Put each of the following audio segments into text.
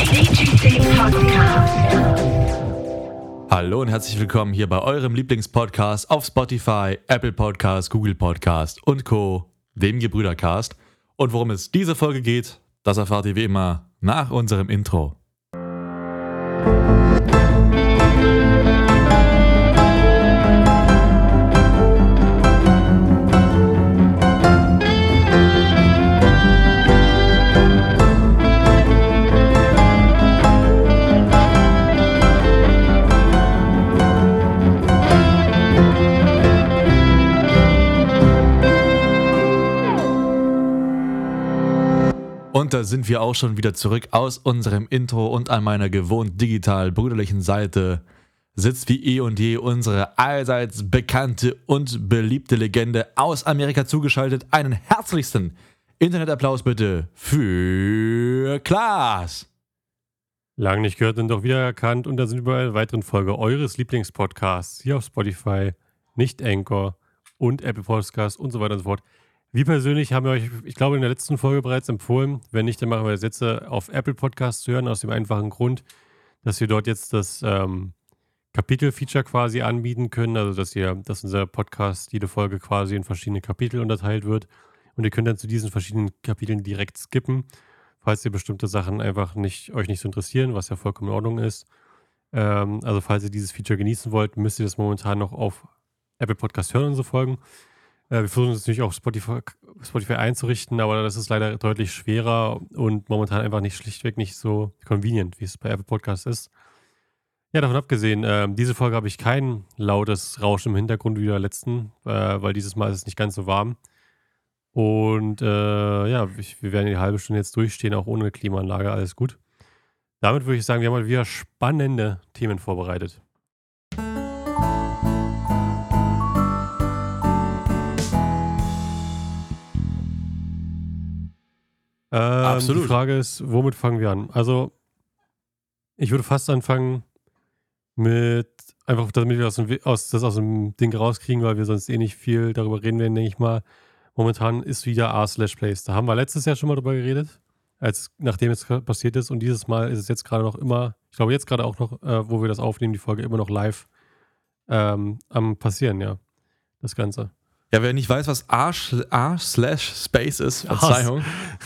Hallo und herzlich willkommen hier bei eurem Lieblingspodcast auf Spotify, Apple Podcast, Google Podcast und Co., dem Gebrüdercast. Und worum es diese Folge geht, das erfahrt ihr wie immer nach unserem Intro. Und da sind wir auch schon wieder zurück aus unserem Intro und an meiner gewohnt digital brüderlichen Seite sitzt wie eh und je unsere allseits bekannte und beliebte Legende aus Amerika zugeschaltet. Einen herzlichsten Internetapplaus bitte für Klaas. Lang nicht gehört und doch wieder erkannt und da sind wir bei einer weiteren Folge eures Lieblingspodcasts hier auf Spotify, nicht Anchor und Apple Podcasts und so weiter und so fort. Wir persönlich haben euch, ich glaube, in der letzten Folge bereits empfohlen, wenn nicht, dann machen wir das jetzt auf Apple Podcasts zu hören, aus dem einfachen Grund, dass wir dort jetzt das Kapitel-Feature quasi anbieten können, also dass unser Podcast, jede Folge quasi in verschiedene Kapitel unterteilt wird und ihr könnt dann zu diesen verschiedenen Kapiteln direkt skippen, falls ihr bestimmte Sachen einfach euch nicht so interessieren, was ja vollkommen in Ordnung ist. Also falls ihr dieses Feature genießen wollt, müsst ihr das momentan noch auf Apple Podcast hören, unsere Folgen. Wir versuchen es natürlich auf Spotify einzurichten, aber das ist leider deutlich schwerer und momentan einfach schlichtweg nicht so convenient, wie es bei Apple Podcasts ist. Ja, davon abgesehen, diese Folge habe ich kein lautes Rauschen im Hintergrund wie der letzten, weil dieses Mal ist es nicht ganz so warm. Und wir werden die halbe Stunde jetzt durchstehen, auch ohne Klimaanlage, alles gut. Damit würde ich sagen, wir haben heute wieder spannende Themen vorbereitet. Absolut. Die Frage ist, womit fangen wir an? Also, ich würde fast anfangen mit, einfach damit wir aus dem Ding rauskriegen, weil wir sonst eh nicht viel darüber reden werden, denke ich mal. Momentan ist wieder r/plays. Da haben wir letztes Jahr schon mal drüber geredet, nachdem es passiert ist. Und dieses Mal ist es jetzt gerade noch immer, ich glaube jetzt gerade auch noch, wo wir das aufnehmen, die Folge immer noch live am passieren, ja, das Ganze. Ja, wer nicht weiß, was r/space ist, Verzeihung.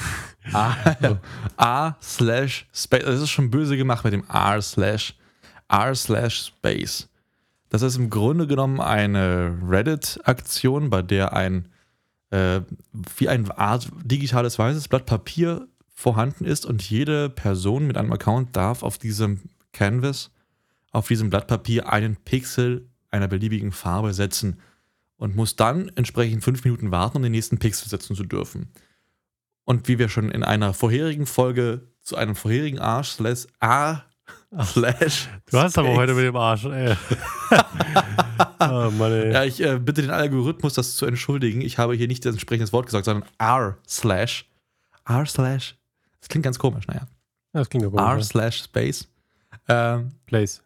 r/space, das ist schon böse gemacht mit dem r/space. Das ist im Grunde genommen eine Reddit-Aktion, bei der wie eine Art digitales weißes Blatt Papier vorhanden ist und jede Person mit einem Account darf auf diesem Canvas, auf diesem Blatt Papier einen Pixel einer beliebigen Farbe setzen und muss dann entsprechend 5 Minuten warten, um den nächsten Pixel setzen zu dürfen. Und wie wir schon in einer vorherigen Folge zu einem vorherigen r/slash Du hast aber heute mit dem Arsch, ey. Oh Mann, ey. Ja, ich bitte den Algorithmus, das zu entschuldigen. Ich habe hier nicht das entsprechende Wort gesagt, sondern r/. Das klingt ganz komisch, naja. Ja, das klingt aber r/space. Place.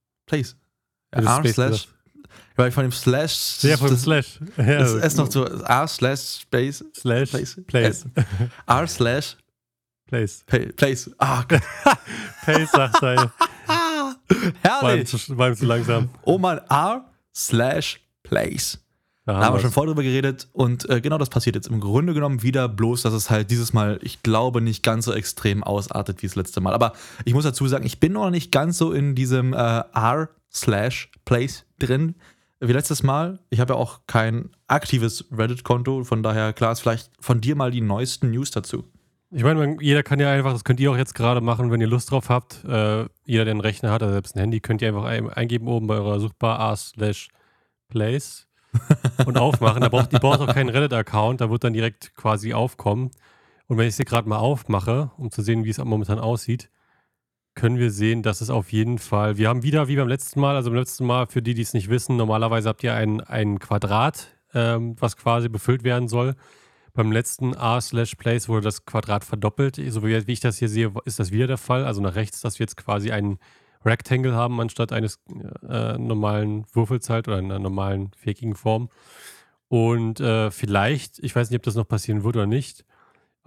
r/, weil ich von dem Slash. Ja, von dem Slash. Ja, es ist noch so r/space. Place. r/place. Place. Ah, Gott. Place, sagt er. Herrlich. War ihm zu langsam. Oh Mann, r/place. Da haben wir schon vorher drüber geredet und genau das passiert jetzt im Grunde genommen wieder, bloß dass es halt dieses Mal, ich glaube, nicht ganz so extrem ausartet wie das letzte Mal. Aber ich muss dazu sagen, ich bin noch nicht ganz so in diesem r/place drin wie letztes Mal. Ich habe ja auch kein aktives Reddit-Konto, von daher, Klaas, vielleicht von dir mal die neuesten News dazu. Ich meine, jeder kann ja einfach, das könnt ihr auch jetzt gerade machen, wenn ihr Lust drauf habt. Jeder, der einen Rechner hat, also selbst ein Handy, könnt ihr einfach eingeben oben bei eurer Suchbar r/place und aufmachen. Ihr braucht auch keinen Reddit-Account, da wird dann direkt quasi aufkommen. Und wenn ich es hier gerade mal aufmache, um zu sehen, wie es momentan aussieht, können wir sehen, dass es auf jeden Fall, wir haben wieder wie beim letzten Mal, also beim letzten Mal, für die es nicht wissen, normalerweise habt ihr ein Quadrat, was quasi befüllt werden soll. Beim letzten r/place wurde das Quadrat verdoppelt. So wie ich das hier sehe, ist das wieder der Fall. Also nach rechts, dass wir jetzt quasi einen Rectangle haben, anstatt eines normalen Würfels halt oder einer normalen viereckigen Form. Und vielleicht, ich weiß nicht, ob das noch passieren wird oder nicht,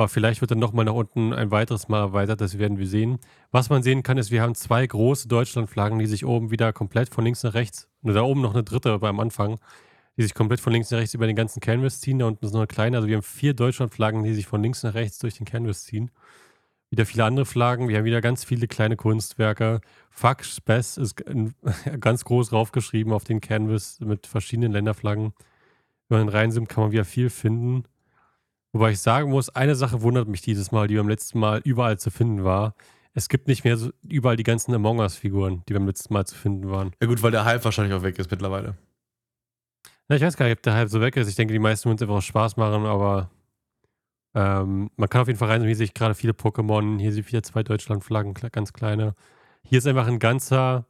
Aber vielleicht wird dann nochmal nach unten ein weiteres Mal erweitert, das werden wir sehen. Was man sehen kann, ist, wir haben 2 große Deutschlandflaggen, die sich oben wieder komplett von links nach rechts, und da oben noch eine dritte beim Anfang, die sich komplett von links nach rechts über den ganzen Canvas ziehen. Da unten ist noch eine kleine. Also wir haben 4 Deutschlandflaggen, die sich von links nach rechts durch den Canvas ziehen. Wieder viele andere Flaggen. Wir haben wieder ganz viele kleine Kunstwerke. Fuck Spes ist ganz groß draufgeschrieben auf den Canvas mit verschiedenen Länderflaggen. Wenn man reinzoomt, kann man wieder viel finden. Wobei ich sagen muss, eine Sache wundert mich dieses Mal, die beim letzten Mal überall zu finden war. Es gibt nicht mehr so überall die ganzen Among Us-Figuren, die beim letzten Mal zu finden waren. Ja gut, weil der Hype wahrscheinlich auch weg ist mittlerweile. Na, ich weiß gar nicht, ob der Hype so weg ist. Ich denke, die meisten würden es einfach aus Spaß machen, aber man kann auf jeden Fall rein. Hier sehe ich gerade viele Pokémon. Hier sind wieder 2 Deutschlandflaggen, ganz kleine. Hier ist einfach eine ganze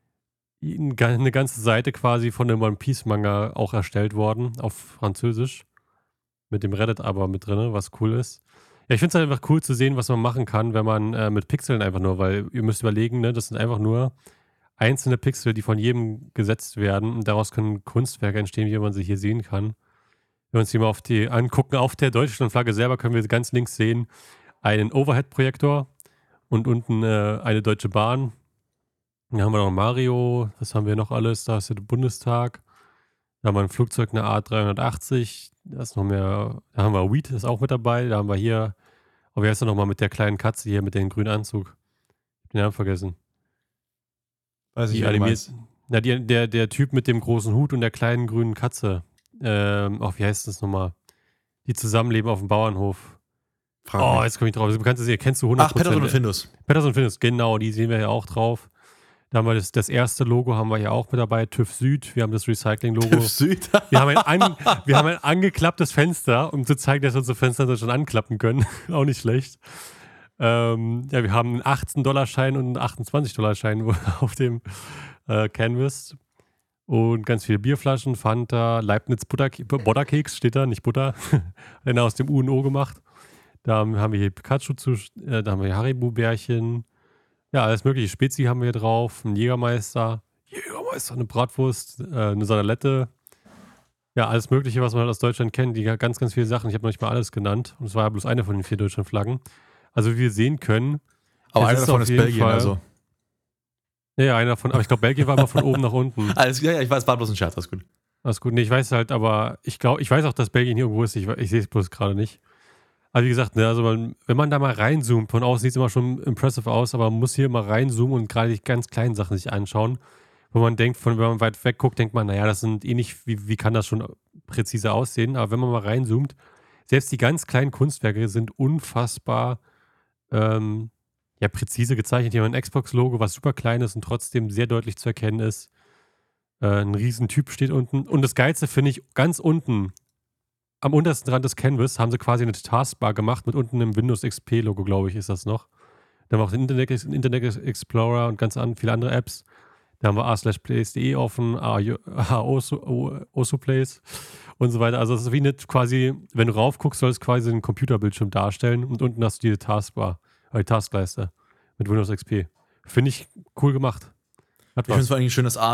Seite quasi von dem One Piece Manga auch erstellt worden, auf Französisch. Mit dem Reddit aber mit drin, was cool ist. Ja, ich finde es halt einfach cool zu sehen, was man machen kann, wenn man mit Pixeln einfach nur, weil ihr müsst überlegen, ne, das sind einfach nur einzelne Pixel, die von jedem gesetzt werden, und daraus können Kunstwerke entstehen, wie man sie hier sehen kann. Wenn wir uns hier mal angucken, auf der Deutschlandflagge selber können wir ganz links sehen einen Overhead-Projektor und unten eine Deutsche Bahn. Dann haben wir noch Mario, was haben wir noch alles? Da ist der Bundestag. Da haben wir ein Flugzeug, eine A380. Da ist noch mehr. Da haben wir Weed, ist auch mit dabei. Da haben wir hier. Aber wie heißt er nochmal mit der kleinen Katze hier mit dem grünen Anzug? Ich hab den Namen vergessen. Weiß ich nicht. Na, der Typ mit dem großen Hut und der kleinen grünen Katze. Wie heißt das nochmal? Die zusammenleben auf dem Bauernhof. Jetzt komme ich drauf. Kennst du 100%? Ach, Patterson und Findus. Patterson und Findus, genau. Die sehen wir hier auch drauf. Da haben wir das erste Logo haben wir hier auch mit dabei, TÜV Süd. Wir haben das Recycling-Logo. TÜV Süd? wir haben ein angeklapptes Fenster, um zu zeigen, dass unsere Fenster schon anklappen können. Auch nicht schlecht. Wir haben einen 18-$-Schein und einen 28-$-Schein auf dem Canvas. Und ganz viele Bierflaschen, Fanta, Leibniz Butterkeks steht da, nicht Butter. Den aus dem U&O gemacht. Da haben wir hier Pikachu, da haben wir hier Haribo-Bärchen. Ja, alles mögliche. Spezi haben wir hier drauf, ein Jägermeister, eine Bratwurst, eine Salette. Ja, alles mögliche, was man halt aus Deutschland kennt. Die ganz, ganz viele Sachen. Ich habe noch nicht mal alles genannt. Und es war ja bloß eine von den 4 Deutschlandflaggen. Also wie wir sehen können. Aber einer davon ist Belgien, also. Ja, einer davon. Aber ich glaube, Belgien war aber von oben nach unten. Ja, ich weiß, war bloß ein Scherz, alles gut. Alles gut. Nee, ich weiß halt, aber ich weiß auch, dass Belgien hier irgendwo ist. Ich sehe es bloß gerade nicht. Also wie gesagt, ne, also wenn man da mal reinzoomt, von außen sieht es immer schon impressive aus, aber man muss hier mal reinzoomen und gerade die ganz kleinen Sachen sich anschauen, wo man denkt, wenn man weit weg guckt, denkt man, naja, das sind ähnlich, wie kann das schon präzise aussehen, aber wenn man mal reinzoomt, selbst die ganz kleinen Kunstwerke sind unfassbar präzise gezeichnet. Hier haben wir ein Xbox-Logo, was super klein ist und trotzdem sehr deutlich zu erkennen ist. Ein Riesentyp steht unten. Und das Geilste finde ich, ganz unten, am untersten Rand des Canvas haben sie quasi eine Taskbar gemacht mit unten einem Windows XP-Logo, glaube ich, ist das noch. Da haben wir auch den Internet Explorer und ganz viele andere Apps. Da haben wir a/plays.de offen, osoplays und so weiter. Also es ist wie nicht quasi, wenn du raufguckst, soll es quasi einen Computerbildschirm darstellen und unten hast du diese Taskbar, die Taskleiste mit Windows XP. Finde ich cool gemacht. Ich finde es vor allem schön, dass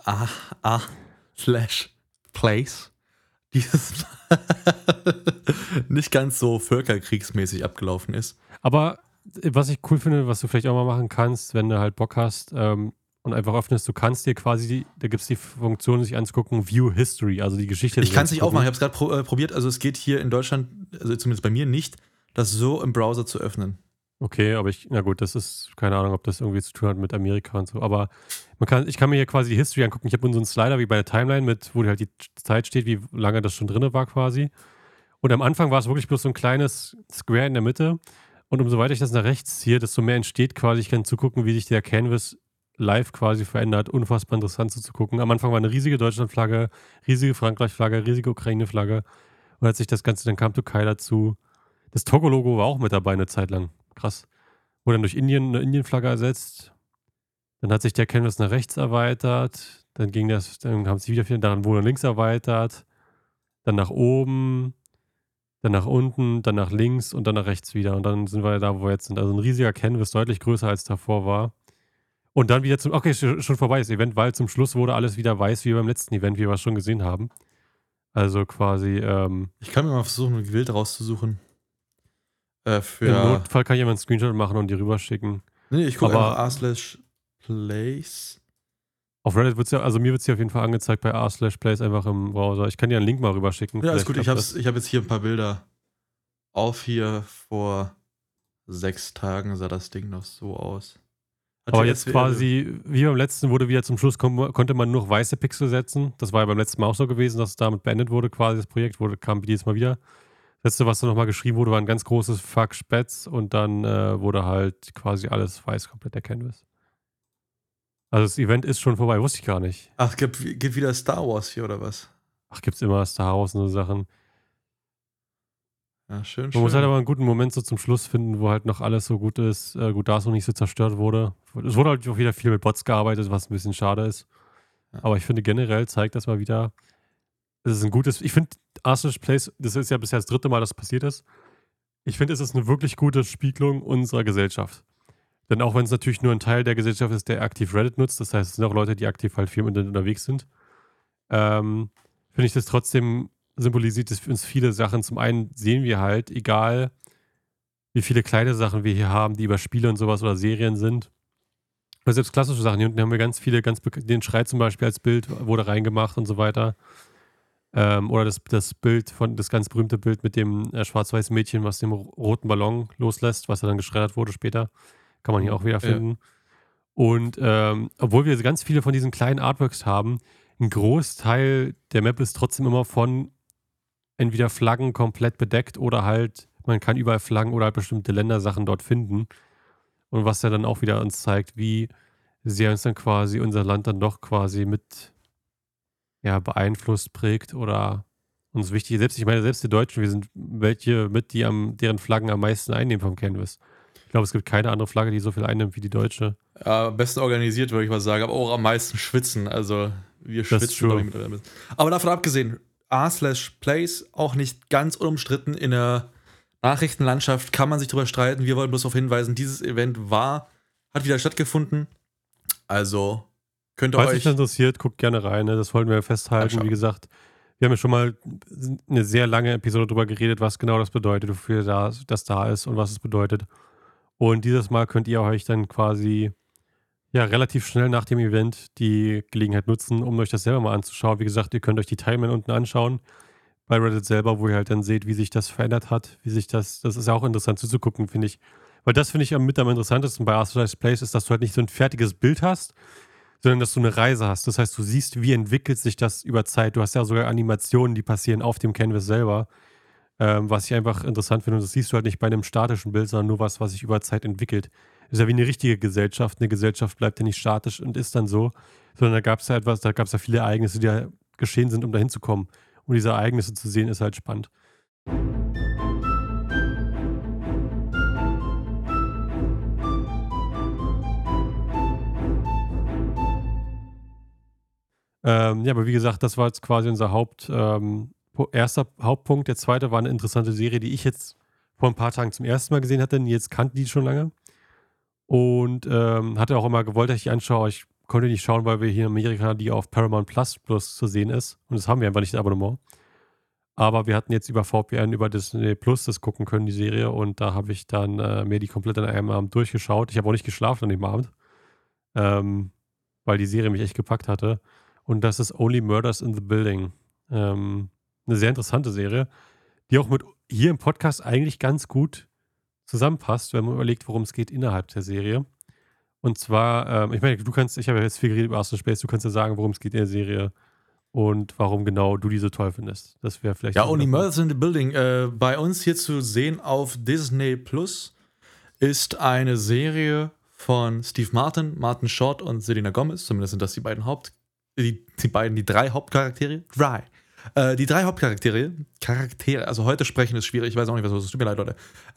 a/plays dieses nicht ganz so völkerkriegsmäßig abgelaufen ist. Aber was ich cool finde, was du vielleicht auch mal machen kannst, wenn du halt Bock hast und einfach öffnest, du kannst dir quasi, da gibt es die Funktion, sich anzugucken, View History, also die Geschichte. Ich kann es nicht aufmachen, ich habe es gerade probiert, also es geht hier in Deutschland, also zumindest bei mir nicht, das so im Browser zu öffnen. Okay, aber das ist, keine Ahnung, ob das irgendwie zu tun hat mit Amerika und so, aber ich kann mir hier quasi die History angucken. Ich habe so einen Slider wie bei der Timeline wo halt die Zeit steht, wie lange das schon drin war quasi. Und am Anfang war es wirklich bloß so ein kleines Square in der Mitte. Und umso weiter ich das nach rechts ziehe, desto mehr entsteht quasi, ich kann zugucken, wie sich der Canvas live quasi verändert. Unfassbar interessant so zu gucken. Am Anfang war eine riesige Deutschlandflagge, riesige Frankreich-Flagge, riesige Ukraine-Flagge. Und als sich das Ganze, dann kam Türkei dazu. Das Togo-Logo war auch mit dabei eine Zeit lang. Krass. Wurde dann durch eine Indien-Flagge ersetzt. Dann hat sich der Canvas nach rechts erweitert. Dann haben sie wieder dann wurde links erweitert. Dann nach oben. Dann nach unten. Dann nach links und dann nach rechts wieder. Und dann sind wir da, wo wir jetzt sind. Also ein riesiger Canvas, deutlich größer als davor war. Und dann wieder schon vorbei das Event, weil zum Schluss wurde alles wieder weiß, wie beim letzten Event, wie wir es schon gesehen haben. Also quasi, ich kann mir mal versuchen, ein Bild rauszusuchen. Im Notfall kann ich immer einen Screenshot machen und die rüberschicken. Nee, ich gucke einfach r/place. Auf Reddit wird es ja, also mir wird es ja auf jeden Fall angezeigt bei r/place einfach im Browser. Ich kann dir einen Link mal rüberschicken. Ja, ist gut. Ich habe jetzt hier ein paar Bilder auf. Hier vor 6 Tagen sah das Ding noch so aus. Aber jetzt quasi, wie beim letzten, wurde wieder zum Schluss, konnte man nur weiße Pixel setzen. Das war ja beim letzten Mal auch so gewesen, dass es damit beendet wurde, quasi das Projekt, kam jedes Mal wieder. Das letzte, was da nochmal geschrieben wurde, war ein ganz großes Fuck Spätz und dann wurde halt quasi alles weiß, komplett der Canvas. Also das Event ist schon vorbei, wusste ich gar nicht. Ach, gibt wieder Star Wars hier oder was? Ach, gibt's immer Star Wars und so Sachen. Ja, schön. Man muss halt aber einen guten Moment so zum Schluss finden, wo halt noch alles so gut ist, gut da es noch nicht so zerstört wurde. Es wurde halt auch wieder viel mit Bots gearbeitet, was ein bisschen schade ist. Ja. Aber ich finde generell zeigt das mal wieder, es ist ein gutes, ich finde r/place, das ist ja bisher das 3. Mal, dass es passiert ist. Ich finde, es ist eine wirklich gute Spiegelung unserer Gesellschaft. Denn auch wenn es natürlich nur ein Teil der Gesellschaft ist, der aktiv Reddit nutzt, das heißt, es sind auch Leute, die aktiv halt viel im Internet unterwegs sind, finde ich das trotzdem symbolisiert es für uns viele Sachen. Zum einen sehen wir halt, egal wie viele kleine Sachen wir hier haben, die über Spiele und sowas oder Serien sind, oder selbst klassische Sachen. Hier unten haben wir ganz viele, den Schrei zum Beispiel als Bild wurde reingemacht und so weiter. Oder das Bild das ganz berühmte Bild mit dem schwarz-weißen Mädchen, was den roten Ballon loslässt, was dann geschreddert wurde später. Kann man hier auch wieder finden. Ja. Und obwohl wir ganz viele von diesen kleinen Artworks haben, ein Großteil der Map ist trotzdem immer von entweder Flaggen komplett bedeckt oder halt, man kann überall Flaggen oder halt bestimmte Ländersachen dort finden. Und was ja dann auch wieder uns zeigt, wie sehr uns dann quasi unser Land dann doch quasi mit beeinflusst, prägt oder uns wichtig ist. Selbst die Deutschen, wir sind welche mit, deren Flaggen am meisten einnehmen vom Canvas. Ich glaube, es gibt keine andere Flagge, die so viel einnimmt wie die deutsche. Ja, am besten organisiert, würde ich mal sagen, aber auch am meisten schwitzen. Also wir schwitzen, glaube ich, mit eurem. Aber davon abgesehen, r/place auch nicht ganz unumstritten in der Nachrichtenlandschaft, kann man sich drüber streiten. Wir wollen bloß darauf hinweisen, dieses Event hat wieder stattgefunden. Also könnt ihr euch... Falls euch das interessiert, guckt gerne rein, ne? Das wollten wir festhalten. Anschauen. Wie gesagt, wir haben ja schon mal eine sehr lange Episode darüber geredet, was genau das bedeutet, wofür das da ist und was es bedeutet. Und dieses Mal könnt ihr euch dann quasi relativ schnell nach dem Event die Gelegenheit nutzen, um euch das selber mal anzuschauen. Wie gesagt, ihr könnt euch die Timeline unten anschauen bei Reddit selber, wo ihr halt dann seht, wie sich das verändert hat, das ist ja auch interessant zuzugucken, finde ich. Weil das finde ich mit am interessantesten bei r/place ist, dass du halt nicht so ein fertiges Bild hast, sondern dass du eine Reise hast. Das heißt, du siehst, wie entwickelt sich das über Zeit. Du hast ja sogar Animationen, die passieren auf dem Canvas selber, was ich einfach interessant finde. Und das siehst du halt nicht bei einem statischen Bild, sondern nur was sich über Zeit entwickelt. Das ist ja wie eine richtige Gesellschaft. Eine Gesellschaft bleibt ja nicht statisch und ist dann so, sondern da gab es ja viele Ereignisse, die ja geschehen sind, um dahin zu kommen. Und diese Ereignisse zu sehen, ist halt spannend. Aber wie gesagt, das war jetzt quasi unser erster Hauptpunkt. Der zweite war eine interessante Serie, die ich jetzt vor ein paar Tagen zum ersten Mal gesehen hatte. Jetzt kannte die schon lange. Und hatte auch immer gewollt, dass ich die anschaue. Ich konnte nicht schauen, weil wir hier in Amerika die auf Paramount Plus zu sehen ist. Und das haben wir einfach nicht, das Abonnement. Aber wir hatten jetzt über VPN, über Disney Plus das gucken können, die Serie. Und da habe ich dann mir die komplett an einem Abend durchgeschaut. Ich habe auch nicht geschlafen an dem Abend, weil die Serie mich echt gepackt hatte. Und das ist Only Murders in the Building. Eine sehr interessante Serie, die auch mit hier im Podcast eigentlich ganz gut zusammenpasst, wenn man überlegt, worum es geht innerhalb der Serie. Und zwar, ich habe ja jetzt viel geredet über r/place, du kannst ja sagen, worum es geht in der Serie und warum genau du die so toll findest. Das wäre vielleicht... Ja, Only Murders in the Building. Bei uns hier zu sehen auf Disney Plus ist eine Serie von Steve Martin Short und Selena Gomez. Zumindest sind das die beiden die drei Hauptcharaktere. Die drei Hauptcharaktere, also heute sprechen ist schwierig, ich weiß auch nicht, was los ist, tut mir leid, Leute.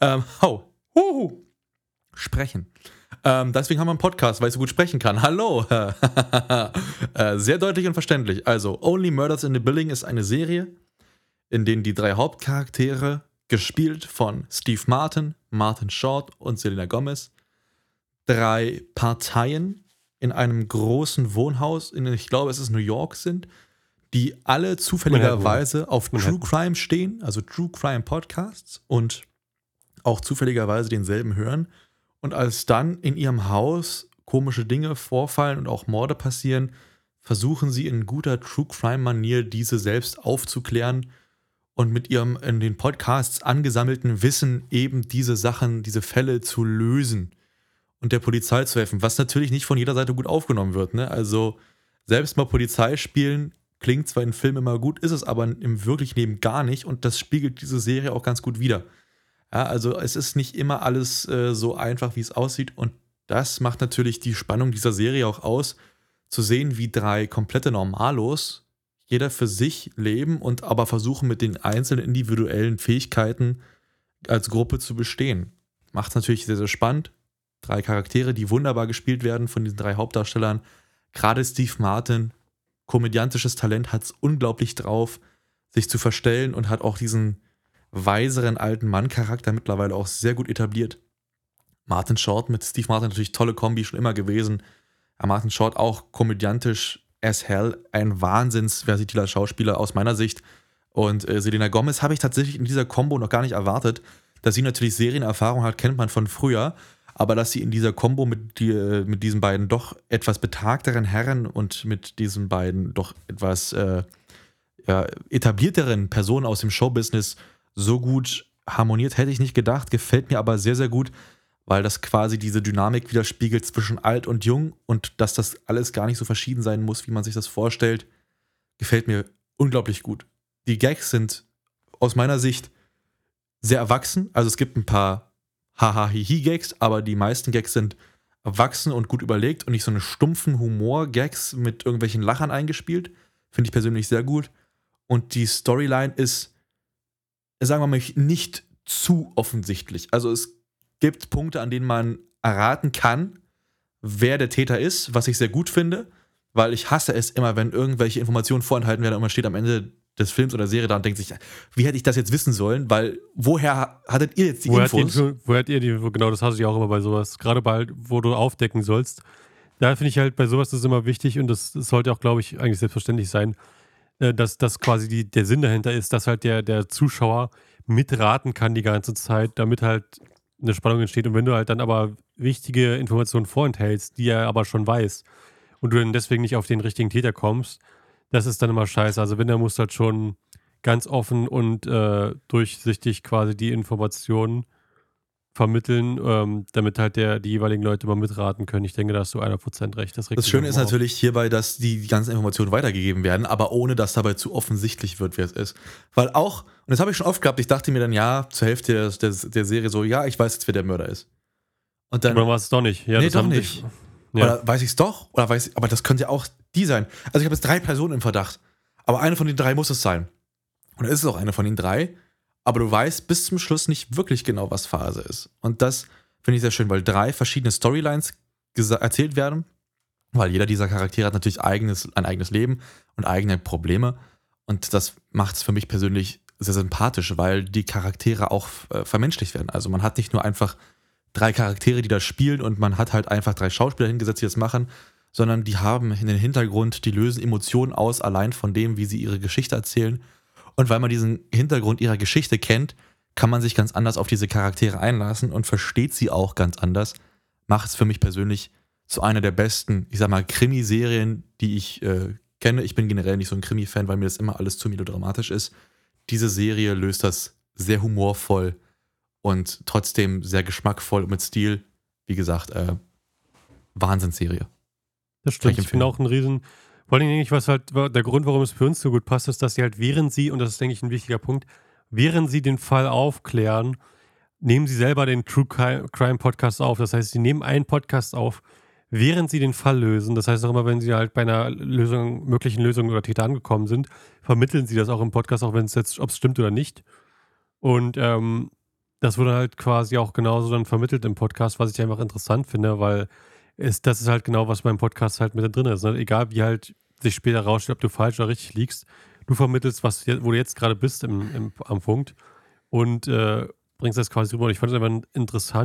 Sprechen. Deswegen haben wir einen Podcast, weil ich so gut sprechen kann. Hallo! Sehr deutlich und verständlich. Also, Only Murders in the Building ist eine Serie, in der die drei Hauptcharaktere, gespielt von Steve Martin Short und Selena Gomez, 3 Parteien in einem großen Wohnhaus, ich glaube, es ist New York sind, die alle zufälligerweise auf True Crime stehen, also True Crime Podcasts und auch zufälligerweise denselben hören. Und als dann in ihrem Haus komische Dinge vorfallen und auch Morde passieren, versuchen sie in guter True-Crime-Manier diese selbst aufzuklären und mit ihrem in den Podcasts angesammelten Wissen eben diese Sachen, diese Fälle zu lösen und der Polizei zu helfen, was natürlich nicht von jeder Seite gut aufgenommen wird. Ne? Also selbst mal Polizei spielen klingt zwar in Filmen immer gut, ist es aber im wirklichen Leben gar nicht und das spiegelt diese Serie auch ganz gut wider. Ja, also es ist nicht immer alles so einfach, wie es aussieht und das macht natürlich die Spannung dieser Serie auch aus, zu sehen, wie 3 komplette Normalos jeder für sich leben und aber versuchen mit den einzelnen individuellen Fähigkeiten als Gruppe zu bestehen. Macht es natürlich sehr, sehr spannend. 3 Charaktere, die wunderbar gespielt werden von diesen 3 Hauptdarstellern. Gerade Steve Martin, komödiantisches Talent, hat es unglaublich drauf, sich zu verstellen und hat auch diesen weiseren alten Mann-Charakter mittlerweile auch sehr gut etabliert. Martin Short mit Steve Martin natürlich tolle Kombi schon immer gewesen. Martin Short auch komödiantisch as hell, ein wahnsinnsversatiler Schauspieler aus meiner Sicht. Und Selena Gomez habe ich tatsächlich in dieser Kombo noch gar nicht erwartet. Dass sie natürlich Serienerfahrung hat, kennt man von früher. Aber dass sie in dieser Kombo mit diesen beiden doch etwas betagteren Herren und mit diesen beiden doch etwas etablierteren Personen aus dem Showbusiness so gut harmoniert, hätte ich nicht gedacht. Gefällt mir aber sehr, sehr gut, weil das quasi diese Dynamik widerspiegelt zwischen alt und jung und dass das alles gar nicht so verschieden sein muss, wie man sich das vorstellt, gefällt mir unglaublich gut. Die Gags sind aus meiner Sicht sehr erwachsen, also es gibt ein paar Haha-Hihi-Gags, aber die meisten Gags sind erwachsen und gut überlegt und nicht so eine stumpfen Humor-Gags mit irgendwelchen Lachern eingespielt. Finde ich persönlich sehr gut. Und die Storyline ist, sagen wir mal, nicht zu offensichtlich. Also es gibt Punkte, an denen man erraten kann, wer der Täter ist, was ich sehr gut finde, weil ich hasse es immer, wenn irgendwelche Informationen vorenthalten werden und man steht am Ende des Films oder Serie da und denkt sich, wie hätte ich das jetzt wissen sollen, weil woher hattet ihr jetzt die Infos? Woher hat ihr die, genau, das hasse ich auch immer bei sowas, gerade bei, wo du aufdecken sollst. Da finde ich halt, bei sowas ist es immer wichtig und das sollte auch, glaube ich, eigentlich selbstverständlich sein, dass das quasi der Sinn dahinter ist, dass halt der Zuschauer mitraten kann die ganze Zeit, damit halt eine Spannung entsteht. Und wenn du halt dann aber wichtige Informationen vorenthältst, die er aber schon weiß und du dann deswegen nicht auf den richtigen Täter kommst, das ist dann immer scheiße. Also wenn, der muss halt schon ganz offen und durchsichtig quasi die Informationen vermitteln, damit halt die jeweiligen Leute mal mitraten können. Ich denke, da hast du 100% recht. Das Schöne ist natürlich hierbei, dass die ganzen Informationen weitergegeben werden, aber ohne, dass dabei zu offensichtlich wird, wer es ist. Weil auch, und das habe ich schon oft gehabt, ich dachte mir dann, ja, zur Hälfte der Serie so, ja, ich weiß jetzt, wer der Mörder ist. Und dann, aber war es doch nicht. Ja, nee, doch nicht. Ja. Oder weiß ich es doch? Aber das könnte ja auch die sein. Also ich habe jetzt 3 Personen im Verdacht, aber eine von den 3 muss es sein. Und dann ist es auch eine von den 3, aber du weißt bis zum Schluss nicht wirklich genau, was Phase ist. Und das finde ich sehr schön, weil 3 verschiedene Storylines erzählt werden, weil jeder dieser Charaktere hat natürlich ein eigenes Leben und eigene Probleme. Und das macht es für mich persönlich sehr sympathisch, weil die Charaktere auch vermenschlicht werden. Also man hat nicht nur einfach 3 Charaktere, die das spielen und man hat halt einfach 3 Schauspieler hingesetzt, die das machen, sondern die haben in den Hintergrund, die lösen Emotionen aus, allein von dem, wie sie ihre Geschichte erzählen. Und weil man diesen Hintergrund ihrer Geschichte kennt, kann man sich ganz anders auf diese Charaktere einlassen und versteht sie auch ganz anders. Macht es für mich persönlich zu einer der besten, ich sag mal, Krimiserien, die ich kenne. Ich bin generell nicht so ein Krimi-Fan, weil mir das immer alles zu melodramatisch ist. Diese Serie löst das sehr humorvoll und trotzdem sehr geschmackvoll und mit Stil. Wie gesagt, Wahnsinnsserie. Das stimmt. Ich finde auch ein Riesen. Vor allem denke ich, was halt der Grund, warum es für uns so gut passt, ist, dass sie halt während sie, und das ist, denke ich, ein wichtiger Punkt, während sie den Fall aufklären, nehmen sie selber den True Crime Podcast auf. Das heißt, sie nehmen einen Podcast auf, während sie den Fall lösen. Das heißt auch immer, wenn sie halt bei einer möglichen Lösung oder Täter angekommen sind, vermitteln sie das auch im Podcast, auch wenn es jetzt, ob es stimmt oder nicht. Und das wurde halt quasi auch genauso dann vermittelt im Podcast, was ich einfach interessant finde, weil das ist halt genau, was beim Podcast halt mit drin ist. Ne? Egal, wie halt sich später rausstellt, ob du falsch oder richtig liegst, du vermittelst, wo du jetzt gerade bist am Punkt und bringst das quasi rüber. Und ich fand es einfach ein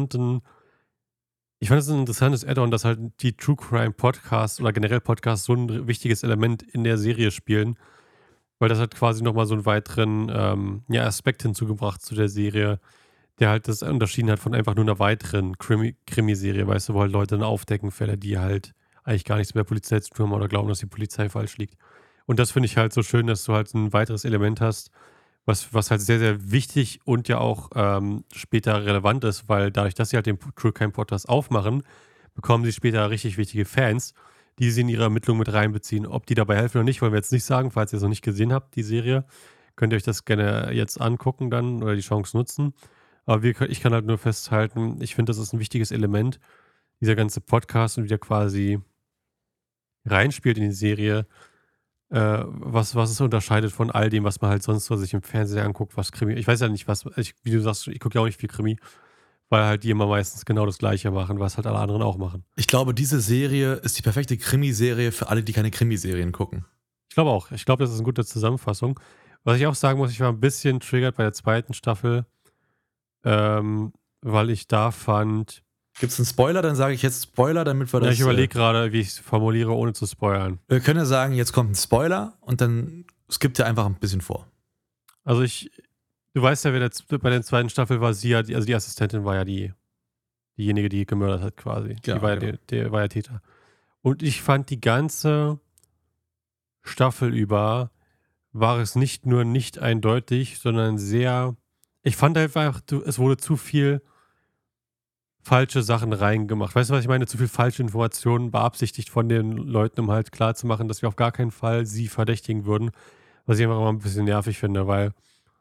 interessantes Add-on, dass halt die True Crime Podcasts oder generell Podcasts so ein wichtiges Element in der Serie spielen, weil das hat quasi nochmal so einen weiteren Aspekt hinzugebracht zu der Serie, der halt das unterschieden hat von einfach nur einer weiteren Krimiserie, weißt du, wo halt Leute dann aufdecken Fälle, die halt eigentlich gar nichts mit der Polizei zu tun haben oder glauben, dass die Polizei falsch liegt. Und das finde ich halt so schön, dass du halt ein weiteres Element hast, was halt sehr, sehr wichtig und ja auch später relevant ist, weil dadurch, dass sie halt den True Crime Podcast aufmachen, bekommen sie später richtig wichtige Fans, die sie in ihre Ermittlungen mit reinbeziehen. Ob die dabei helfen oder nicht, wollen wir jetzt nicht sagen, falls ihr es noch nicht gesehen habt, die Serie. Könnt ihr euch das gerne jetzt angucken dann oder die Chance nutzen. Aber ich kann halt nur festhalten, ich finde, das ist ein wichtiges Element, dieser ganze Podcast und wie der quasi reinspielt in die Serie, was es unterscheidet von all dem, was man halt sonst so sich im Fernsehen anguckt, was Krimi. Ich weiß ja nicht, wie du sagst, ich gucke ja auch nicht viel Krimi, weil halt die immer meistens genau das Gleiche machen, was halt alle anderen auch machen. Ich glaube, diese Serie ist die perfekte Krimiserie für alle, die keine Krimiserien gucken. Ich glaube auch. Ich glaube, das ist eine gute Zusammenfassung. Was ich auch sagen muss, ich war ein bisschen triggert bei der zweiten Staffel, weil ich da fand. Gibt es einen Spoiler? Dann sage ich jetzt Spoiler, damit wir das. Ja, ich überlege gerade, wie ich es formuliere, ohne zu spoilern. Wir können ja sagen, jetzt kommt ein Spoiler und dann skippt ihr einfach ein bisschen vor. Also du weißt ja, bei der zweiten Staffel war sie ja, also die Assistentin war ja diejenige, die gemördert hat quasi. Ja, die war ja der war ja Täter. Und ich fand die ganze Staffel über war es nicht nur nicht eindeutig, sondern sehr, ich fand einfach, es wurde zu viel falsche Sachen reingemacht. Weißt du, was ich meine? Zu viel falsche Informationen beabsichtigt von den Leuten, um halt klarzumachen, dass wir auf gar keinen Fall sie verdächtigen würden. Was ich einfach immer ein bisschen nervig finde, weil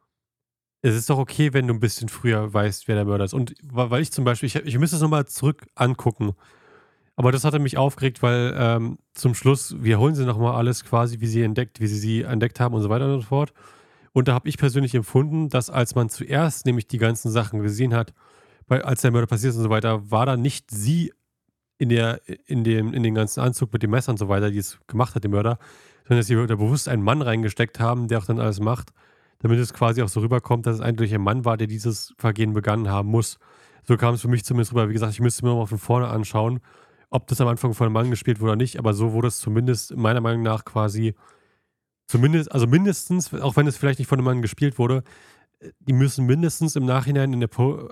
es ist doch okay, wenn du ein bisschen früher weißt, wer der Mörder ist. Und weil ich zum Beispiel, ich müsste es nochmal zurück angucken. Aber das hatte mich aufgeregt, weil zum Schluss, wir holen sie nochmal alles quasi, wie sie entdeckt haben und so weiter und so fort. Und da habe ich persönlich empfunden, dass als man zuerst nämlich die ganzen Sachen gesehen hat, weil als der Mörder passiert ist und so weiter, war da nicht sie in den ganzen Anzug mit dem Messer und so weiter, die es gemacht hat, der Mörder, sondern dass sie da bewusst einen Mann reingesteckt haben, der auch dann alles macht, damit es quasi auch so rüberkommt, dass es eindeutig ein Mann war, der dieses Vergehen begangen haben muss. So kam es für mich zumindest rüber. Wie gesagt, ich müsste mir nochmal von vorne anschauen, ob das am Anfang von einem Mann gespielt wurde oder nicht, aber so wurde es zumindest meiner Meinung nach quasi, also mindestens, auch wenn es vielleicht nicht von einem Mann gespielt wurde, die müssen mindestens im Nachhinein in der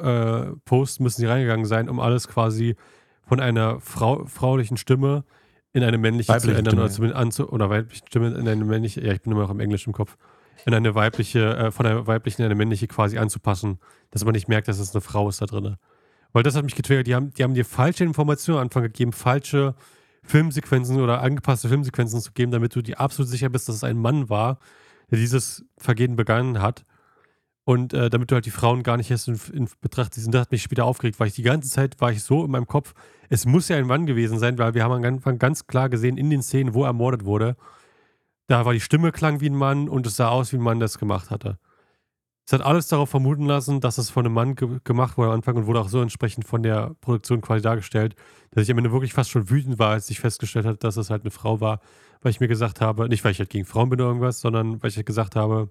Post müssen sie reingegangen sein, um alles quasi von einer fraulichen Stimme in eine männliche zu ändern oder zumindest oder weibliche Stimme in eine männliche, ja, ich bin immer noch im Englischen im Kopf, in eine weibliche, von einer weiblichen in eine männliche quasi anzupassen, dass man nicht merkt, dass es eine Frau ist da drin. Weil das hat mich getriggert, die haben dir falsche Informationen am Anfang gegeben, falsche Filmsequenzen oder angepasste Filmsequenzen zu geben, damit du dir absolut sicher bist, dass es ein Mann war, der dieses Vergehen begangen hat. Und damit du halt die Frauen gar nicht erst in Betracht ziehst. Und das hat mich später aufgeregt, weil ich die ganze Zeit war ich so in meinem Kopf, es muss ja ein Mann gewesen sein, weil wir haben am Anfang ganz klar gesehen in den Szenen, wo er ermordet wurde, da war die Stimme klang wie ein Mann und es sah aus, wie ein Mann das gemacht hatte. Es hat alles darauf vermuten lassen, dass es von einem Mann gemacht wurde am Anfang und wurde auch so entsprechend von der Produktion quasi dargestellt, dass ich am Ende wirklich fast schon wütend war, als ich festgestellt habe, dass es halt eine Frau war, weil ich mir gesagt habe, nicht weil ich halt gegen Frauen bin oder irgendwas, sondern weil ich halt gesagt habe,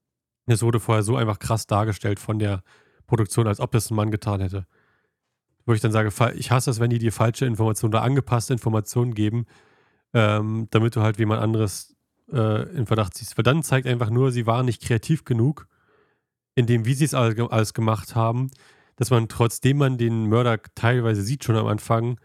es wurde vorher so einfach krass dargestellt von der Produktion, als ob das ein Mann getan hätte. Wo ich dann sage, ich hasse es, wenn die dir falsche Informationen oder angepasste Informationen geben, damit du halt jemand anderes in Verdacht ziehst. Weil dann zeigt einfach nur, sie waren nicht kreativ genug, in dem, wie sie es alles gemacht haben, dass man, trotzdem man den Mörder teilweise sieht schon am Anfang,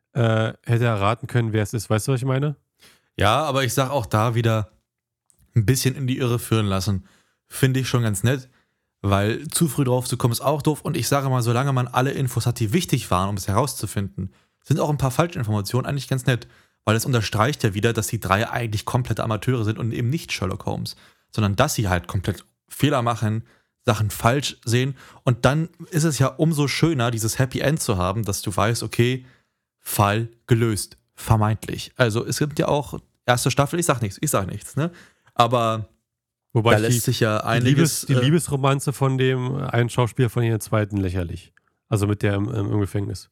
hätte erraten können, wer es ist. Weißt du, was ich meine? Ja, aber ich sag auch da wieder ein bisschen in die Irre führen lassen. Finde ich schon ganz nett, weil zu früh drauf zu kommen ist auch doof. Und ich sage mal, solange man alle Infos hat, die wichtig waren, um es herauszufinden, sind auch ein paar Falschinformationen eigentlich ganz nett. Weil es unterstreicht ja wieder, dass die drei eigentlich komplette Amateure sind und eben nicht Sherlock Holmes. Sondern dass sie halt komplett Fehler machen, Sachen falsch sehen. Und dann ist es ja umso schöner, dieses Happy End zu haben, dass du weißt, okay, Fall gelöst. Vermeintlich. Also es gibt ja auch erste Staffel, ich sag nichts, ne? Aber wobei da lässt sich ja einiges... Die Liebesromanze von dem einen Schauspieler von der zweiten lächerlich. Also mit der im Gefängnis.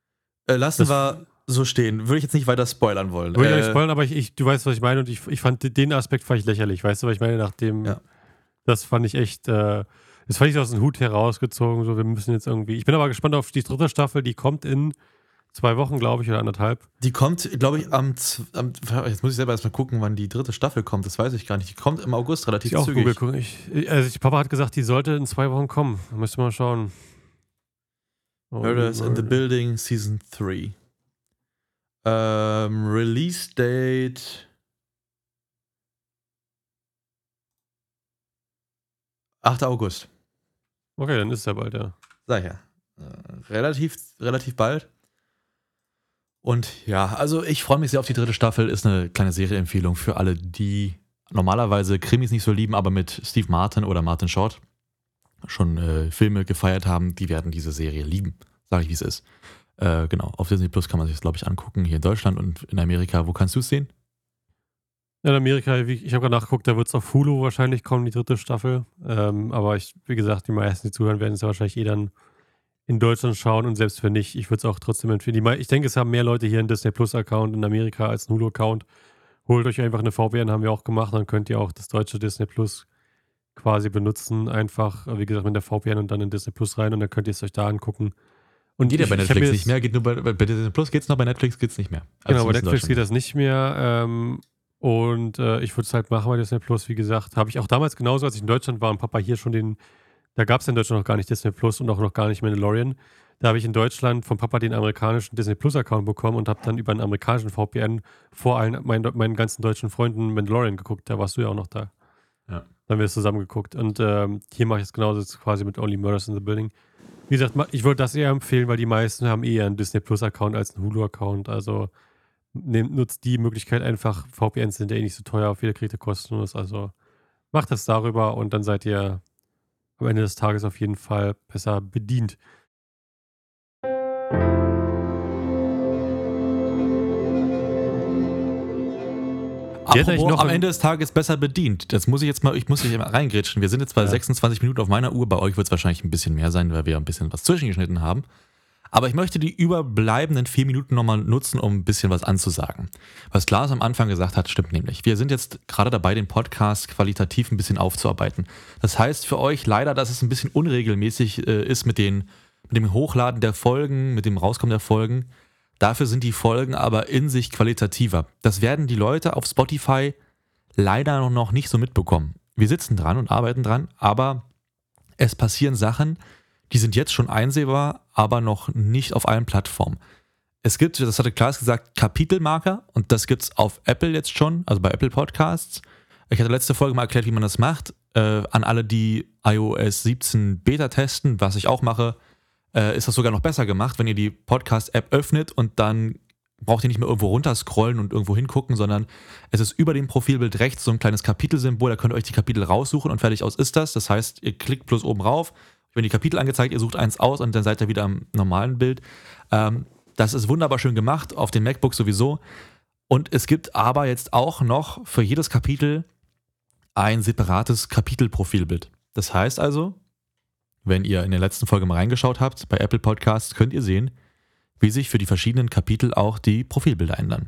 Lassen wir so stehen. Würde ich jetzt nicht weiter spoilern wollen. Würde ich nicht spoilern, aber du weißt, was ich meine. Und ich fand den Aspekt lächerlich. Weißt du, was ich meine? Das fand ich echt... das fand ich aus dem Hut herausgezogen. So, wir müssen jetzt irgendwie... Ich bin aber gespannt auf die dritte Staffel. Die kommt in 2 Wochen, glaube ich, oder 1,5. Die kommt, glaube ich, jetzt muss ich selber erstmal gucken, wann die dritte Staffel kommt. Das weiß ich gar nicht. Die kommt im August relativ zügig. Papa hat gesagt, die sollte in 2 Wochen kommen. Da müsste mal schauen. Murders in the Building Season 3. Release Date 8. August. Okay, dann ist es ja bald, ja. Sag ja. Relativ bald. Und ja, also ich freue mich sehr auf die 3. Staffel. Ist eine kleine Serieempfehlung für alle, die normalerweise Krimis nicht so lieben, aber mit Steve Martin oder Martin Short schon Filme gefeiert haben. Die werden diese Serie lieben. Sag ich, wie es ist. Genau, auf Disney Plus kann man sich das, glaube ich, angucken. Hier in Deutschland und in Amerika. Wo kannst du es sehen? Ja, in Amerika, ich habe gerade nachgeguckt, da wird es auf Hulu wahrscheinlich kommen, die 3. Staffel. Aber wie gesagt, die meisten, die zuhören, werden es ja wahrscheinlich dann in Deutschland schauen und selbst wenn nicht, ich würde es auch trotzdem empfehlen. Ich denke, es haben mehr Leute hier einen Disney Plus Account in Amerika als einen Hulu Account. Holt euch einfach eine VPN, haben wir auch gemacht, dann könnt ihr auch das deutsche Disney Plus quasi benutzen. Einfach, wie gesagt, mit der VPN und dann in Disney Plus rein und dann könnt ihr es euch da angucken. Und geht ja bei Netflix nicht mehr, geht nur bei Disney Plus geht's noch, bei Netflix geht's nicht mehr. Also genau, bei Netflix geht das nicht mehr. Und ich würde es halt machen bei Disney Plus, wie gesagt. Habe ich auch damals genauso, als ich in Deutschland war und Papa hier schon da gab es in Deutschland noch gar nicht Disney Plus und auch noch gar nicht Mandalorian. Da habe ich in Deutschland von Papa den amerikanischen Disney Plus Account bekommen und habe dann über einen amerikanischen VPN vor allen meinen ganzen deutschen Freunden Mandalorian geguckt. Da warst du ja auch noch da. Ja. Dann haben wir es zusammen geguckt. Und hier mache ich es genauso, jetzt quasi mit Only Murders in the Building. Wie gesagt, ich würde das eher empfehlen, weil die meisten haben eher einen Disney Plus Account als einen Hulu Account. Also nutzt die Möglichkeit einfach. VPNs sind ja eh nicht so teuer, viele kriegt ihr kostenlos. Also macht das darüber und dann seid ihr am Ende des Tages auf jeden Fall besser bedient. Apropos, am Ende des Tages besser bedient. Ich muss hier mal reingrätschen. Wir sind jetzt bei 26 Minuten auf meiner Uhr. Bei euch wird es wahrscheinlich ein bisschen mehr sein, weil wir ein bisschen was zwischengeschnitten haben. Aber ich möchte die überbleibenden 4 Minuten nochmal nutzen, um ein bisschen was anzusagen. Was Klaas am Anfang gesagt hat, stimmt nämlich. Wir sind jetzt gerade dabei, den Podcast qualitativ ein bisschen aufzuarbeiten. Das heißt für euch leider, dass es ein bisschen unregelmäßig ist mit dem Hochladen der Folgen, mit dem Rauskommen der Folgen. Dafür sind die Folgen aber in sich qualitativer. Das werden die Leute auf Spotify leider noch nicht so mitbekommen. Wir sitzen dran und arbeiten dran, aber es passieren Sachen, die sind jetzt schon einsehbar, aber noch nicht auf allen Plattformen. Es gibt, das hatte Klaas gesagt, Kapitelmarker und das gibt es auf Apple jetzt schon, also bei Apple Podcasts. Ich hatte letzte Folge mal erklärt, wie man das macht. An alle, die iOS 17 Beta testen, was ich auch mache, ist das sogar noch besser gemacht, wenn ihr die Podcast-App öffnet und dann braucht ihr nicht mehr irgendwo runterscrollen und irgendwo hingucken, sondern es ist über dem Profilbild rechts so ein kleines Kapitelsymbol, da könnt ihr euch die Kapitel raussuchen und fertig aus ist das. Das heißt, ihr klickt bloß oben rauf, wenn die Kapitel angezeigt, ihr sucht eins aus und dann seid ihr wieder am normalen Bild. Das ist wunderbar schön gemacht, auf dem MacBook sowieso. Und es gibt aber jetzt auch noch für jedes Kapitel ein separates Kapitelprofilbild. Das heißt also, wenn ihr in der letzten Folge mal reingeschaut habt, bei Apple Podcasts könnt ihr sehen, wie sich für die verschiedenen Kapitel auch die Profilbilder ändern.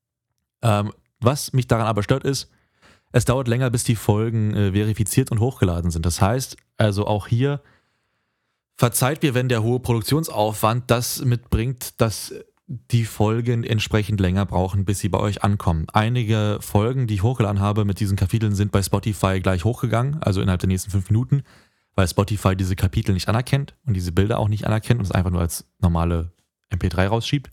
Was mich daran aber stört ist, es dauert länger, bis die Folgen verifiziert und hochgeladen sind. Das heißt, also auch hier verzeiht mir, wenn der hohe Produktionsaufwand das mitbringt, dass die Folgen entsprechend länger brauchen, bis sie bei euch ankommen. Einige Folgen, die ich hochgeladen habe mit diesen Kapiteln, sind bei Spotify gleich hochgegangen, also innerhalb der nächsten 5 Minuten, weil Spotify diese Kapitel nicht anerkennt und diese Bilder auch nicht anerkennt und es einfach nur als normale MP3 rausschiebt,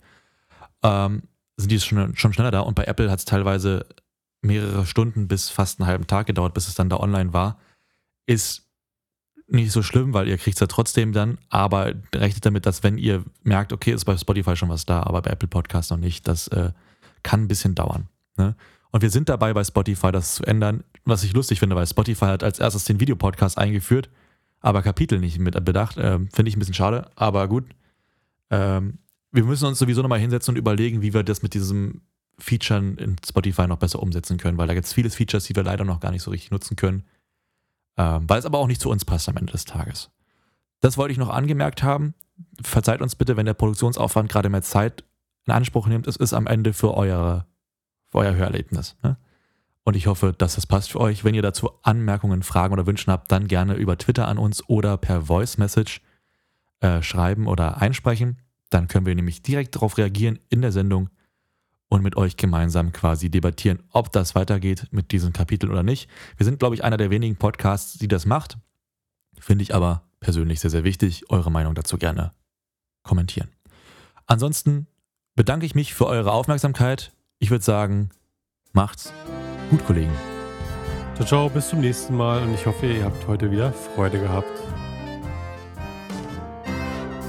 sind die schon schneller da. Und bei Apple hat es teilweise mehrere Stunden bis fast einen halben Tag gedauert, bis es dann da online war. Ist nicht so schlimm, weil ihr kriegt es ja trotzdem dann, aber rechnet damit, dass wenn ihr merkt, okay, ist bei Spotify schon was da, aber bei Apple Podcasts noch nicht, das kann ein bisschen dauern. Ne? Und wir sind dabei, bei Spotify das zu ändern, was ich lustig finde, weil Spotify hat als erstes den Videopodcast eingeführt, aber Kapitel nicht mit bedacht. Finde ich ein bisschen schade, aber gut. Wir müssen uns sowieso nochmal hinsetzen und überlegen, wie wir das mit diesem Featuren in Spotify noch besser umsetzen können, weil da gibt es viele Features, die wir leider noch gar nicht so richtig nutzen können. Weil es aber auch nicht zu uns passt am Ende des Tages. Das wollte ich noch angemerkt haben. Verzeiht uns bitte, wenn der Produktionsaufwand gerade mehr Zeit in Anspruch nimmt. Es ist am Ende für euer Hörerlebnis. Ne? Und ich hoffe, dass das passt für euch. Wenn ihr dazu Anmerkungen, Fragen oder Wünsche habt, dann gerne über Twitter an uns oder per Voice Message schreiben oder einsprechen. Dann können wir nämlich direkt darauf reagieren in der Sendung und mit euch gemeinsam quasi debattieren, ob das weitergeht mit diesen Kapiteln oder nicht. Wir sind, glaube ich, einer der wenigen Podcasts, die das macht. Finde ich aber persönlich sehr, sehr wichtig. Eure Meinung dazu gerne kommentieren. Ansonsten bedanke ich mich für eure Aufmerksamkeit. Ich würde sagen, macht's gut, Kollegen. Ciao, ciao, bis zum nächsten Mal und ich hoffe, ihr habt heute wieder Freude gehabt.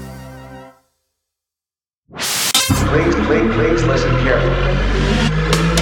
Please listen carefully.